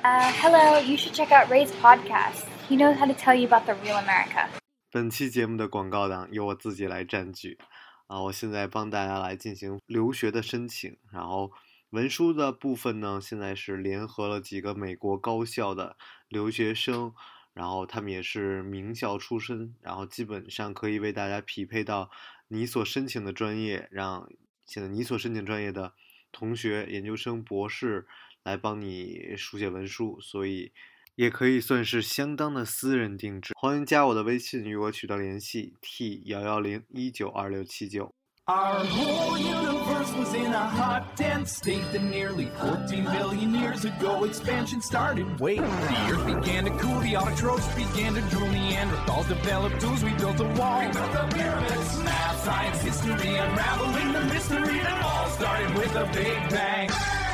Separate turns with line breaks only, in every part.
Hello, you should check out Ray's podcast. He knows how to tell you about the real America.
本期节目的广告档由我自己来占据我现在帮大家来进行留学的申请，然后文书的部分呢，现在是联合了几个美国高校的留学生，然后他们也是名校出身，然后基本上可以为大家匹配到你所申请的专业，让现在你所申请专业的同学、研究生、博士来帮你书写文书，所以也可以算是相当的私人定制。欢迎加我的微信与我取得联系 T110192679。
Our whole universe was in a hot, dense state that nearly 14 billion years ago expansion started. Wait, the earth began to cool, the autotrophs began to drool, Neanderthals developed tools, we built a wall. We built the pyramids, math, science, history, unraveling the mystery that all started with a big bang.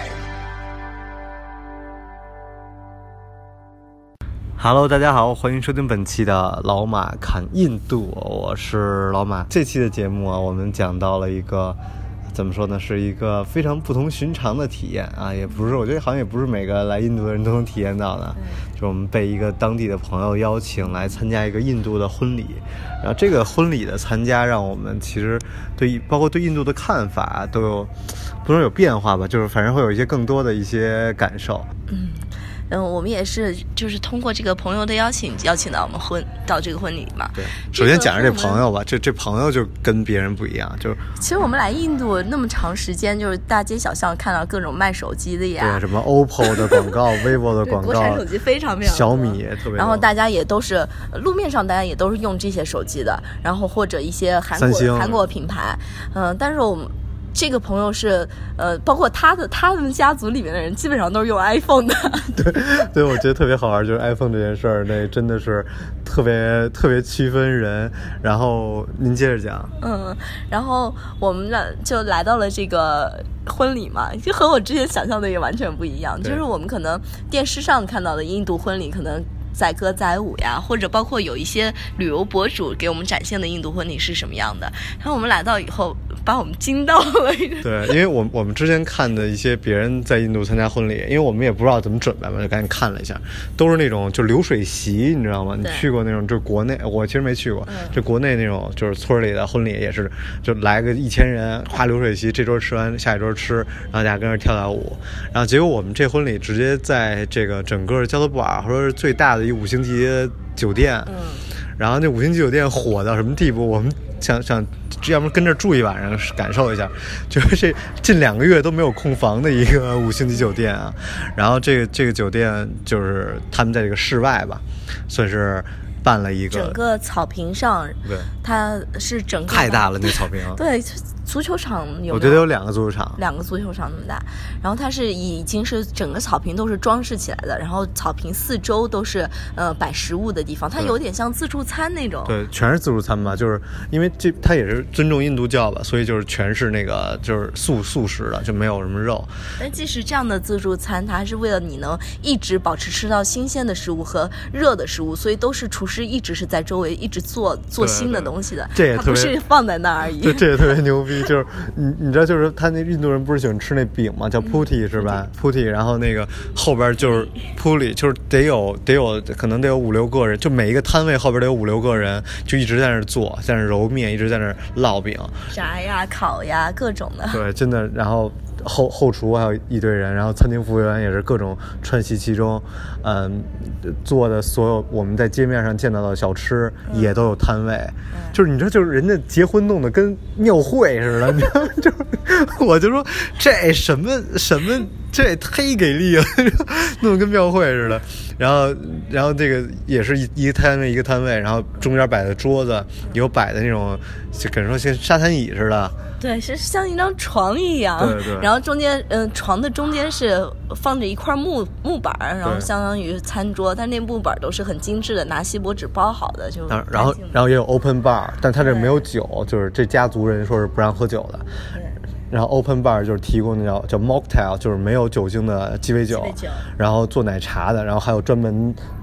Hello， 大家好，欢迎收听本期的老马侃印度，我是老马。这期的节目我们讲到了一个怎么说呢，是一个非常不同寻常的体验也不是，我觉得好像也不是每个来印度的人都能体验到的。就是我们被一个当地的朋友邀请来参加一个印度的婚礼，然后这个婚礼的参加让我们其实包括对印度的看法都有不能有变化吧，就是反正会有一些更多的一些感受。
我们也是就是通过这个朋友的邀请到我们到这个婚礼嘛。对，
首先讲这朋友吧，这朋友就跟别人不一样，就是
其实我们来印度那么长时间，就是大街小巷看到各种卖手机的呀，
对，什么 OPPO 的广告vivo 的广告，
国产手机非常多，
小米也特别多，
然后大家也都是路面上大家也都是用这些手机的，然后或者一些韩国品牌，但是我们这个朋友是包括他们家族里面的人基本上都是用 iPhone 的。
对，我觉得特别好玩，就是 iPhone 这件事儿，那真的是特别区分人。然后您接着讲。
然后我们就来到了这个婚礼嘛，就和我之前想象的也完全不一样。就是我们可能电视上看到的印度婚礼，可能载歌载舞呀，或者包括有一些旅游博主给我们展现的印度婚礼是什么样的。然后我们来到以后，把我们惊到了。
对，因为我们之前看的一些别人在印度参加婚礼，因为我们也不知道怎么准备嘛，就赶紧看了一下，都是那种就流水席，你知道吗？你去过那种，就是国内，我其实没去过，就国内那种就是村里的婚礼也是，就来个1000人，花流水席，这桌吃完下一桌吃，然后大家跟着跳舞，然后结果我们这婚礼直接在这个整个加多布尔或者是最大的一5星级酒店，然后那5星级酒店火到什么地步，我们想要不跟这住一晚上感受一下，就是这近2个月都没有空房的一个5星级酒店啊。然后这个酒店就是他们在这个室外吧，算是办了一个
整个草坪上，
对，
它是整个
太大了那草坪，
对。足球场
我觉得有2个足球场
，2个足球场那么大，然后它是已经是整个草坪都是装饰起来的，然后草坪4周都是摆食物的地方，它有点像自助餐那种。
对，全是自助餐吧，就是因为它也是尊重印度教吧，所以就是全是那个就是素食的，就没有什么肉。
但即使这样的自助餐，它还是为了你能一直保持吃到新鲜的食物和热的食物，所以都是厨师一直是在周围一直做新的东西的，
这也特别，
它不是放在那而已。
对，这也特别牛逼。就是你知道，就是他那印度人不是喜欢吃那饼吗？叫 putti 是吧？putti， 然后那个后边就是 puli， 就是得有可能得有5-6个人，就每一个摊位后边得有5-6个人，就一直在那做，在那揉面，一直在那烙饼、
炸呀、烤呀，各种的。
对，真的。然后后厨还有一堆人，然后餐厅服务员也是各种串习其中，做的所有我们在街面上见到的小吃也都有摊位，就是你知道，就是人家结婚弄得跟庙会似的，你知道，就是我就说这什么这也忒给力了，弄得跟庙会似的。然后这个也是一个摊位一个摊位，然后中间摆的桌子有摆的那种，就感觉像沙滩椅似的。
对，是像一张床一样。
对。
然后中间，床的中间是放着一块木板，然后相当于餐桌，但那木板都是很精致的，拿锡箔纸包好的，就。
然后也有 open bar， 但他这没有酒，就是这家族人说是不让喝酒的。然后 open bar 就是提供的叫 mocktail， 就是没有酒精的鸡尾酒，然后做奶茶的，然后还有专门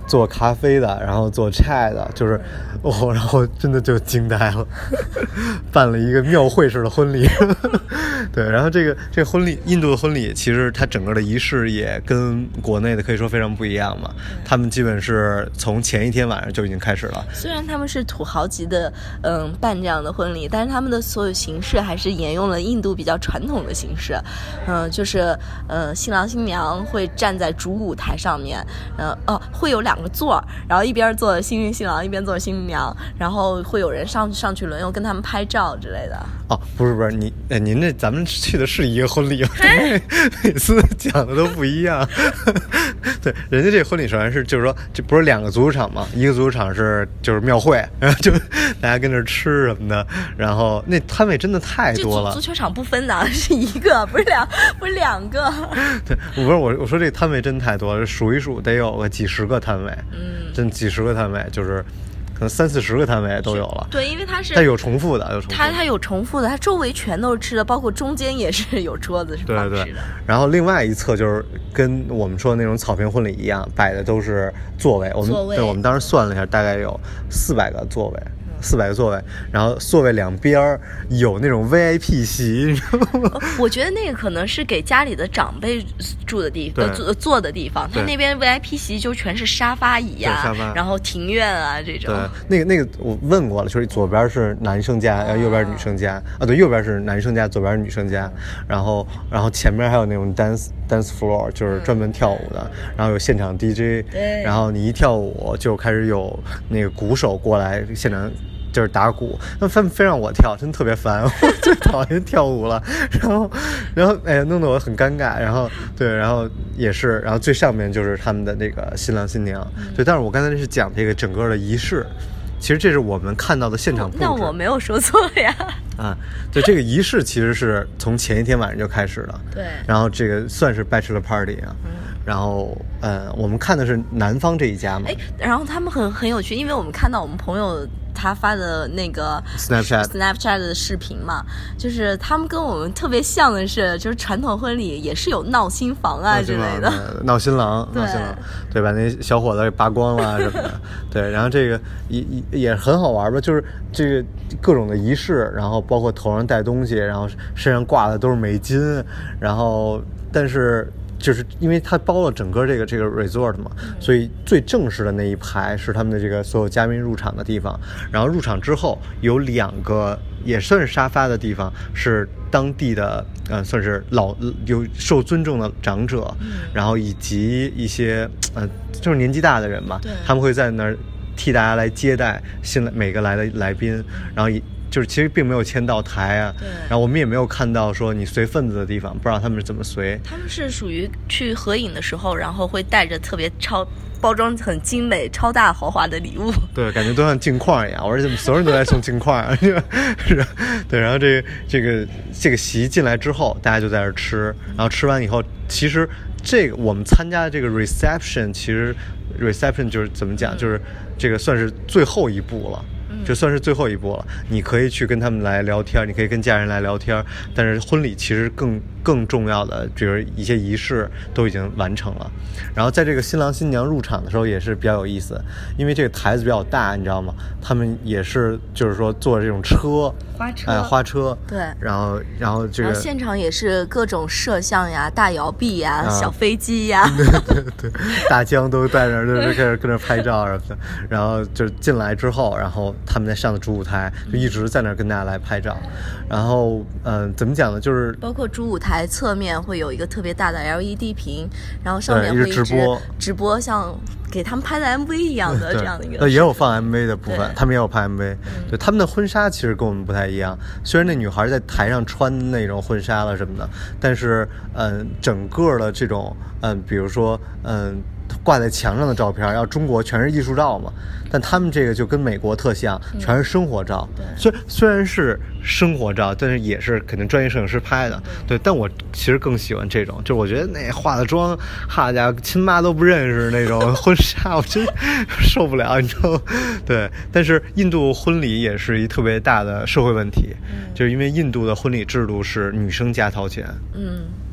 做咖啡的，然后做 chai 的，就是然后真的就惊呆了，办了一个庙会式的婚礼。对，然后这个婚礼，印度的婚礼其实它整个的仪式也跟国内的可以说非常不一样嘛。他们基本是从前一天晚上就已经开始了。
虽然他们是土豪级的办这样的婚礼，但是他们的所有形式还是沿用了印度比较传统的形式。就是新郎新娘会站在主舞台上面，会有2个座，然后一边坐幸运新郎，一边坐新娘，然后会有人上去轮流跟他们拍照之类的。
哦，不是，您这咱们去的是一个婚礼，每次讲的都不一样。对，人家这婚礼首先是就是说，这不是2个足球场吗？一个足球场就是庙会，然后就大家跟着吃什么的，然后那摊位真的太多了。
足球场不分的，是一个，不是两个。
对，我说这摊位真太多了，数一数得有个几十个摊位，真几十个摊位，就是可能30-40个摊位都有了。
对，因为它
有重复的，
它有重复的，它周围全都是吃的，包括中间也是有桌子是放吃的。
对。然后另外一侧就是跟我们说的那种草坪婚礼一样，摆的都是座位。我们当时算了一下，大概有400个座位。400个座位，然后座位两边有那种 VIP 席，你知道吗？
我觉得那个可能是给家里的长辈住的地方，坐的地方。他那边 VIP 席就全是沙发椅呀，然后庭院啊这种。
对，那个我问过了，就是左边是男生家，右边是女生家啊，对，右边是男生家，左边是女生家，然后前面还有那种 dance floor， 就是专门跳舞的，然后有现场 DJ， 然后你一跳舞就开始有那个鼓手过来现场。就是打鼓，那非让我跳，真特别烦，我最讨厌跳舞了。然后哎呀，弄得我很尴尬。然后也是，然后最上面就是他们的那个新郎新娘。对，但是我刚才是讲这个整个的仪式，其实这是我们看到的现场布置。
那我没有说错呀。
对，这个仪式其实是从前一天晚上就开始了。
对。
然后这个算是 bachelor party 啊。然后我们看的是男方这一家嘛。
然后他们很有趣，因为我们看到我们朋友他发的那个 Snapchat 的视频嘛，就是他们跟我们特别像的是，就是传统婚礼也是有闹新房啊之类的，
闹新郎，对，把那小伙子给扒光了什么的，对，然后这个也很好玩吧，就是这个各种的仪式，然后包括头上戴东西，然后身上挂的都是美金，然后但是。就是因为他包了整个这个 resort 嘛，所以最正式的那一排是他们的这个所有嘉宾入场的地方。然后入场之后有2个也算是沙发的地方，是当地的算是有受尊重的长者，然后以及一些就是年纪大的人嘛，他们会在那儿替大家来接待每个来的来宾，然后就是其实并没有签到台啊，然后我们也没有看到说你随份子的地方，不知道他们是怎么随。
他们是属于去合影的时候，然后会带着特别包装很精美、超大豪华的礼物。对，
感觉都像镜框一样。我说怎么所有人都在送镜框啊？是，对。然后这个席进来之后，大家就在这吃，然后吃完以后，其实这个我们参加的这个 reception， 其实 reception 就是怎么讲，就是这个算是最后一步了。就算是最后一步了，你可以去跟他们来聊天，你可以跟家人来聊天，但是婚礼其实更重要的，比如一些仪式都已经完成了。然后在这个新郎新娘入场的时候也是比较有意思，因为这个台子比较大，你知道吗？他们也是就是说坐这种花车，
对，
然后这个
现场也是各种摄像呀、大摇臂呀、小飞机呀，
对，大疆都在那儿，就开始跟那拍照什么的。然后就进来之后，然后他们在上的主舞台就一直在那儿跟大家来拍照。然后怎么讲呢？就是
包括主舞台侧面会有一个特别大的 LED 屏，然后上面会一直直播，像给他们拍的 MV 一样的这样的一个。
也有放 MV 的部分，他们也有拍 MV。对，他们的婚纱其实跟我们不太一样，虽然那女孩在台上穿那种婚纱了什么的，但是整个的这种比如说挂在墙上的照片，要中国全是艺术照嘛，但他们这个就跟美国特像，全是生活照。虽然是生活照，但是也是肯定专业摄影师拍的。对，但我其实更喜欢这种，就我觉得那化的妆，好家伙，亲妈都不认识那种婚纱，我真受不了，你知道吗？对，但是印度婚礼也是一特别大的社会问题，就是因为印度的婚礼制度是女生家掏钱。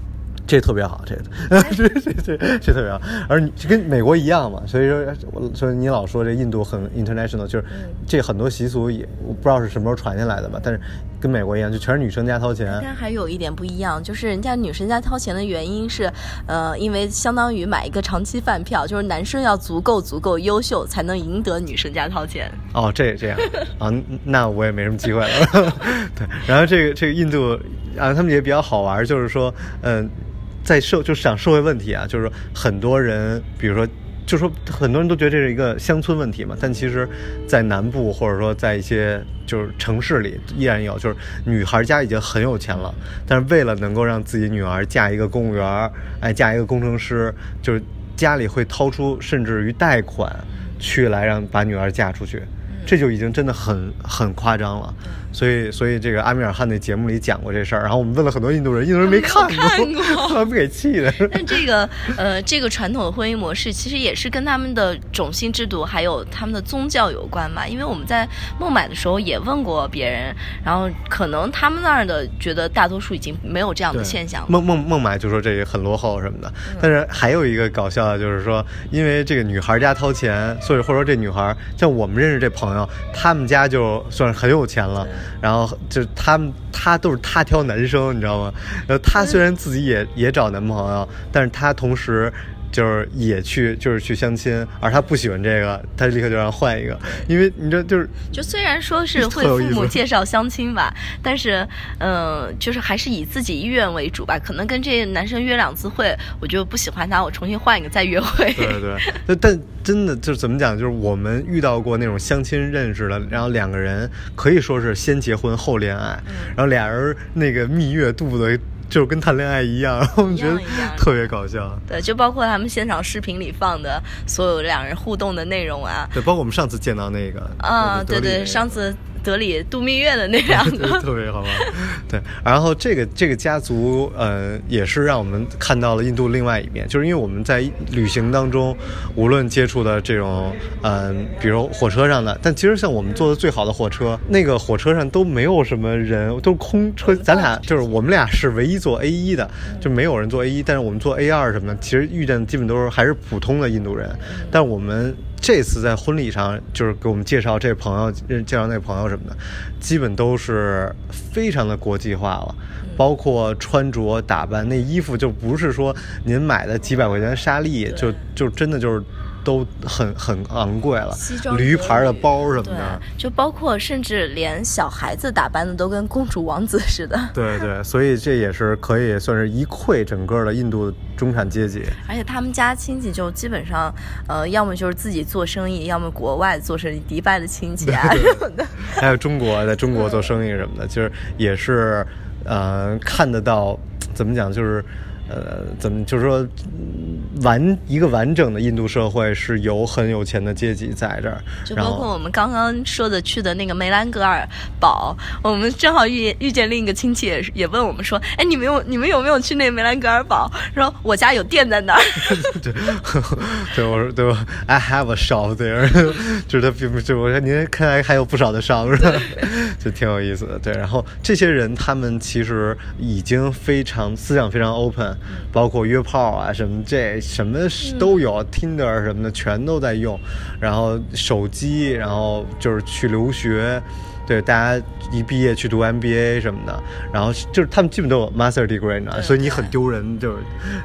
这特别好，这特别好，而你跟美国一样嘛，所以说你老说这印度很 international， 就是这很多习俗也我不知道是什么时候传下来的吧，但是跟美国一样，就全是女生家掏钱。
但还有一点不一样，就是人家女生家掏钱的原因是，因为相当于买一个长期饭票，就是男生要足够优秀才能赢得女生家掏钱。
哦，这样啊，那我也没什么机会了。对，然后这个印度啊，他们也比较好玩，就是说，在就是讲社会问题啊，就是说很多人，比如说，就说很多人都觉得这是一个乡村问题嘛，但其实，在南部或者说在一些就是城市里依然有，就是女孩家已经很有钱了，但是为了能够让自己女儿嫁一个公务员，嫁一个工程师，就是家里会掏出甚至于贷款去来把女儿嫁出去，这就已经真的很夸张了。所以这个阿米尔汗那节目里讲过这事儿，然后我们问了很多印度人没看过，不给气的。
但这个传统的婚姻模式其实也是跟他们的种姓制度还有他们的宗教有关嘛。因为我们在孟买的时候也问过别人，然后可能他们那儿的觉得大多数已经没有这样的现象了。
孟买就说这个很落后什么的，但是还有一个搞笑的就是说，因为这个女孩家掏钱，所以或者说这女孩像我们认识这朋友，他们家就算是很有钱了。然后就他都是他挑男生，你知道吗？然后他虽然自己也找男朋友，但是他同时就是也去相亲，而他不喜欢这个，他立刻就让换一个，因为你知道就
虽然说是会父母介绍相亲吧，但是就是还是以自己意愿为主吧，可能跟这男生约2次会，我就不喜欢他，我重新换一个再约会。
对，但真的就是怎么讲，就是我们遇到过那种相亲认识的，然后2个人可以说是先结婚后恋爱，然后俩人那个蜜月度的就跟谈恋爱一样，然后我们觉得特别搞笑。
对，就包括他们现场视频里放的所有2人互动的内容啊。
对，包括我们上次见到那个
对，上次德里度蜜月的那样的，
特别好玩。对，然后这个家族也是让我们看到了印度另外一面，就是因为我们在旅行当中，无论接触的这种比如火车上的，但其实像我们坐的最好的火车，那个火车上都没有什么人，都是空车，咱俩就是我们俩是唯一坐 A1 的，就没有人坐 A1，但是我们坐 A2 什么的，其实遇见基本都是还是普通的印度人，但是我们这次在婚礼上就是给我们介绍这个朋友，介绍那个朋友什么的，基本都是非常的国际化了，包括穿着打扮，那衣服就不是说您买的几百块钱的纱丽，就真的就是都很昂贵了，驴牌的包什么的，
就包括甚至连小孩子打扮的都跟公主王子似的。
对，所以这也是可以算是一窥整个的印度中产阶级。
而且他们家亲戚就基本上要么就是自己做生意，要么国外做生意，迪拜的亲戚啊什么的，
还有在中国做生意什么的，就是也是看得到，怎么讲，就是就是说一个完整的印度社会是有很有钱的阶级在这儿，
就包括我们刚刚说的去的那个梅兰格尔堡，我们正好遇见另一个亲戚也问我们说，哎，你们有没有去那个梅兰格尔堡？说我家有店在那儿。
对，我说对吧 ？I have a shop there， 就是他，就我说您看来还有不少的商是吧？就挺有意思的。对，然后这些人他们其实已经思想非常 open， 包括约炮啊什么什么都有，Tinder 什么的全都在用，然后手机，然后就是去留学。对，大家一毕业去读 MBA 什么的，然后就是他们基本都有 Master Degree 呢，所以你很丢人，就是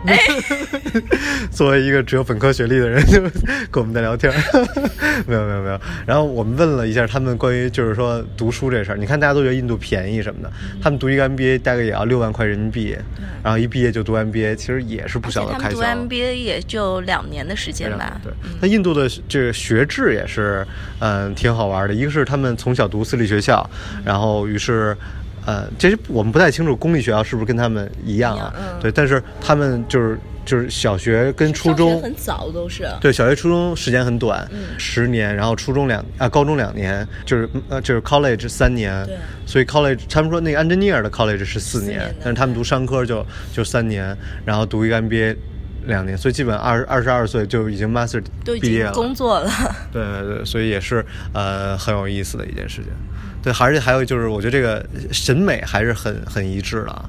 作为一个只有本科学历的人，就跟我们在聊天。没有。然后我们问了一下他们关于就是说读书这事儿，你看大家都觉得印度便宜什么的，他们读一个 MBA 大概也要6万块人民币，然后一毕业就读 MBA， 其实也是不小的开销。
他们读 MBA 也就2年的时间吧。
对，那印度的这个学制也是挺好玩的，一个是他们从小读私立学校，然后于是这些我们不太清楚公立学校是不是跟他们一样啊？对，但是他们就是小学跟初中
很早都是，
对，小学初中时间很短，10年，然后高中2年，就是 college 3年，对，所以 college 他们说那个 engineer 的 college 是4年，但是他们读商科就3年，然后读一个 MBA 2年，所以基本22岁就已经 master 毕业了，
工作了。
对，所以也是很有意思的一件事情。对，而且还有就是，我觉得这个审美还是很一致的。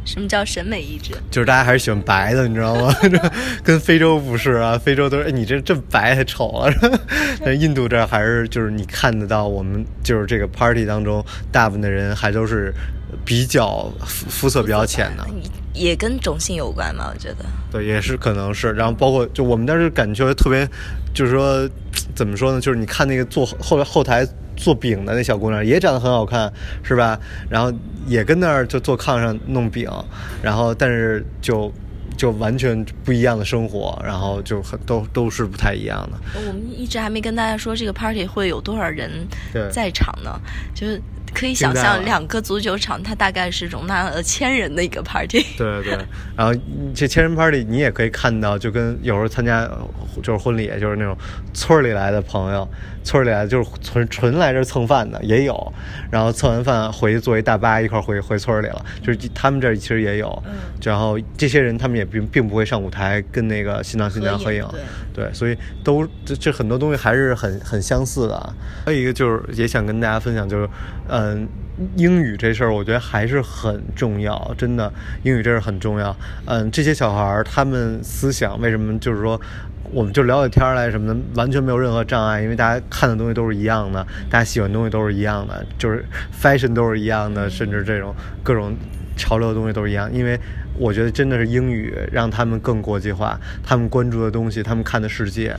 什么叫审美一致？
就是大家还是喜欢白的，你知道吗？跟非洲不是啊，非洲都是你这白太丑了。但是印度这还是就是你看得到，我们就是这个 party 当中，大部分的人还都是比较肤色比较浅的，
也跟种姓有关嘛，我觉得。
对，也是可能是。然后包括就我们当时感觉特别，就是说怎么说呢？就是你看那个做后台做饼的那小姑娘也长得很好看，是吧？然后也跟那儿就坐炕上弄饼，然后但是就完全不一样的生活，然后就都是不太一样的。
我们一直还没跟大家说这个 party 会有多少人在场呢？就是可以想象2个足球场它大概是容纳了1000人的一个 party。
对，然后这1000人 party 你也可以看到，就跟有时候参加就是婚礼，就是那种村里来的朋友，村里来的就是纯来这蹭饭的也有，然后蹭完饭回去坐一大巴一块回村里了，就是他们这其实也有。然后这些人他们也并不会上舞台跟那个新郎新娘合影，对，所以都这很多东西还是很相似的啊。还有一个就是也想跟大家分享，就是英语这事儿我觉得还是很重要，真的英语这是很重要。这些小孩他们思想为什么就是说我们就聊起天来什么的完全没有任何障碍，因为大家看的东西都是一样的，大家喜欢的东西都是一样的，就是 fashion 都是一样的，甚至这种各种潮流的东西都是一样。因为我觉得真的是英语让他们更国际化，他们关注的东西，他们看的世界，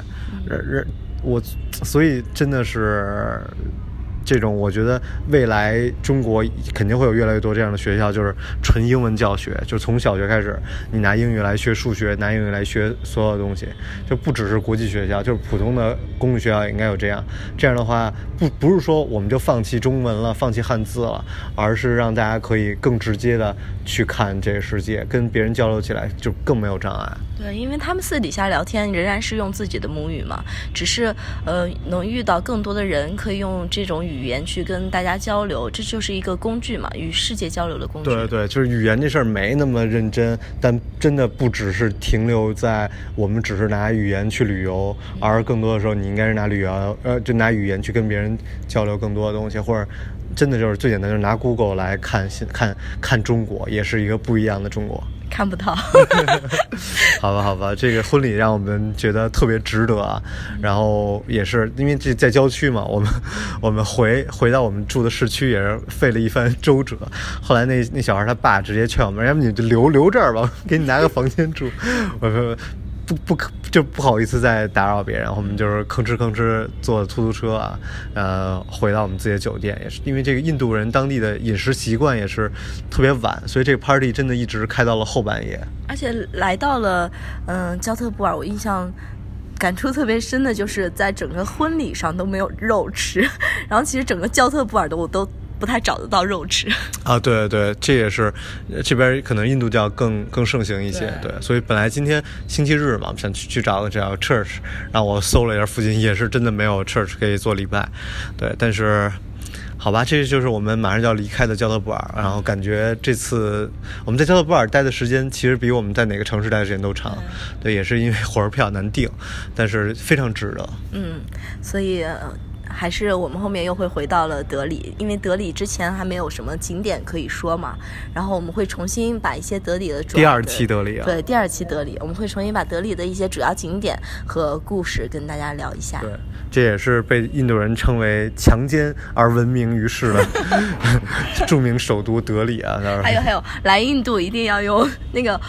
所以真的是这种，我觉得未来中国肯定会有越来越多这样的学校，就是纯英文教学，就从小学开始，你拿英语来学数学，拿英语来学所有东西，就不只是国际学校，就是普通的公立学校也应该有这样。这样的话，不是说我们就放弃中文了，放弃汉字了，而是让大家可以更直接的去看这个世界，跟别人交流起来就更没有障碍。
对，因为他们私底下聊天仍然是用自己的母语嘛，只是能遇到更多的人，可以用这种语言去跟大家交流，这就是一个工具嘛，与世界交流的工具。
对，就是语言这事儿没那么认真，但真的不只是停留在我们只是拿语言去旅游，而更多的时候你应该是拿就拿语言去跟别人交流更多的东西，或者真的就是最简单，就是拿 Google 来看中国，也是一个不一样的中国。
看不到。
好吧，这个婚礼让我们觉得特别值得啊。然后也是因为这在郊区嘛，我们回到我们住的市区也是费了一番周折。后来那小孩他爸直接劝我们，要不你就留这儿吧，给你拿个房间住。我说不好意思再打扰别人，我们就是吭哧坐出租车啊，回到我们自己的酒店。也是因为这个印度人当地的饮食习惯也是特别晚，所以这个 party 真的一直开到了后半夜。而
且来到了焦特布尔，我印象感触特别深的就是在整个婚礼上都没有肉吃，然后其实整个焦特布尔的我都不太找得到肉吃
啊。对，这也是这边可能印度教更盛行一些。对，所以本来今天星期日嘛，我们想去找个 church， 然后我搜了一下附近也是真的没有 church 可以做礼拜。对，但是好吧，这就是我们马上就要离开的焦特布尔。然后感觉这次我们在焦特布尔待的时间其实比我们在哪个城市待的时间都长。对，也是因为火车票难订，但是非常值得。
所以还是我们后面又会回到了德里，因为德里之前还没有什么景点可以说嘛，然后我们会重新把一些德里的
第二期德里
对，第2期德里，我们会重新把德里的一些主要景点和故事跟大家聊一下。
对，这也是被印度人称为强奸而闻名于世的著名首都德里啊。
还有来印度一定要用那个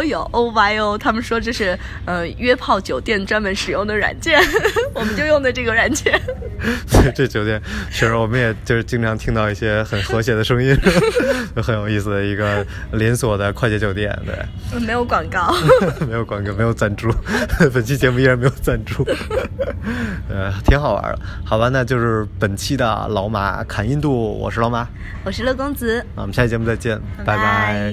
OYO， 他们说这是约炮酒店专门使用的软件我们就用的这个软件
这酒店确实我们也就是经常听到一些很和谐的声音很有意思的一个连锁的快捷酒店。对，
没有广告
没有广告，没有赞助本期节目依然没有赞助挺好玩的。好吧，那就是本期的老马侃印度，我是老马，
我是乐公子，
我们下期节目再见，拜拜。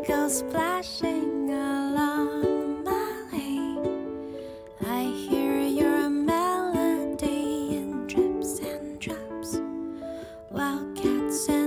go splashing along my way. I hear your melody in drips and drops, wildcats and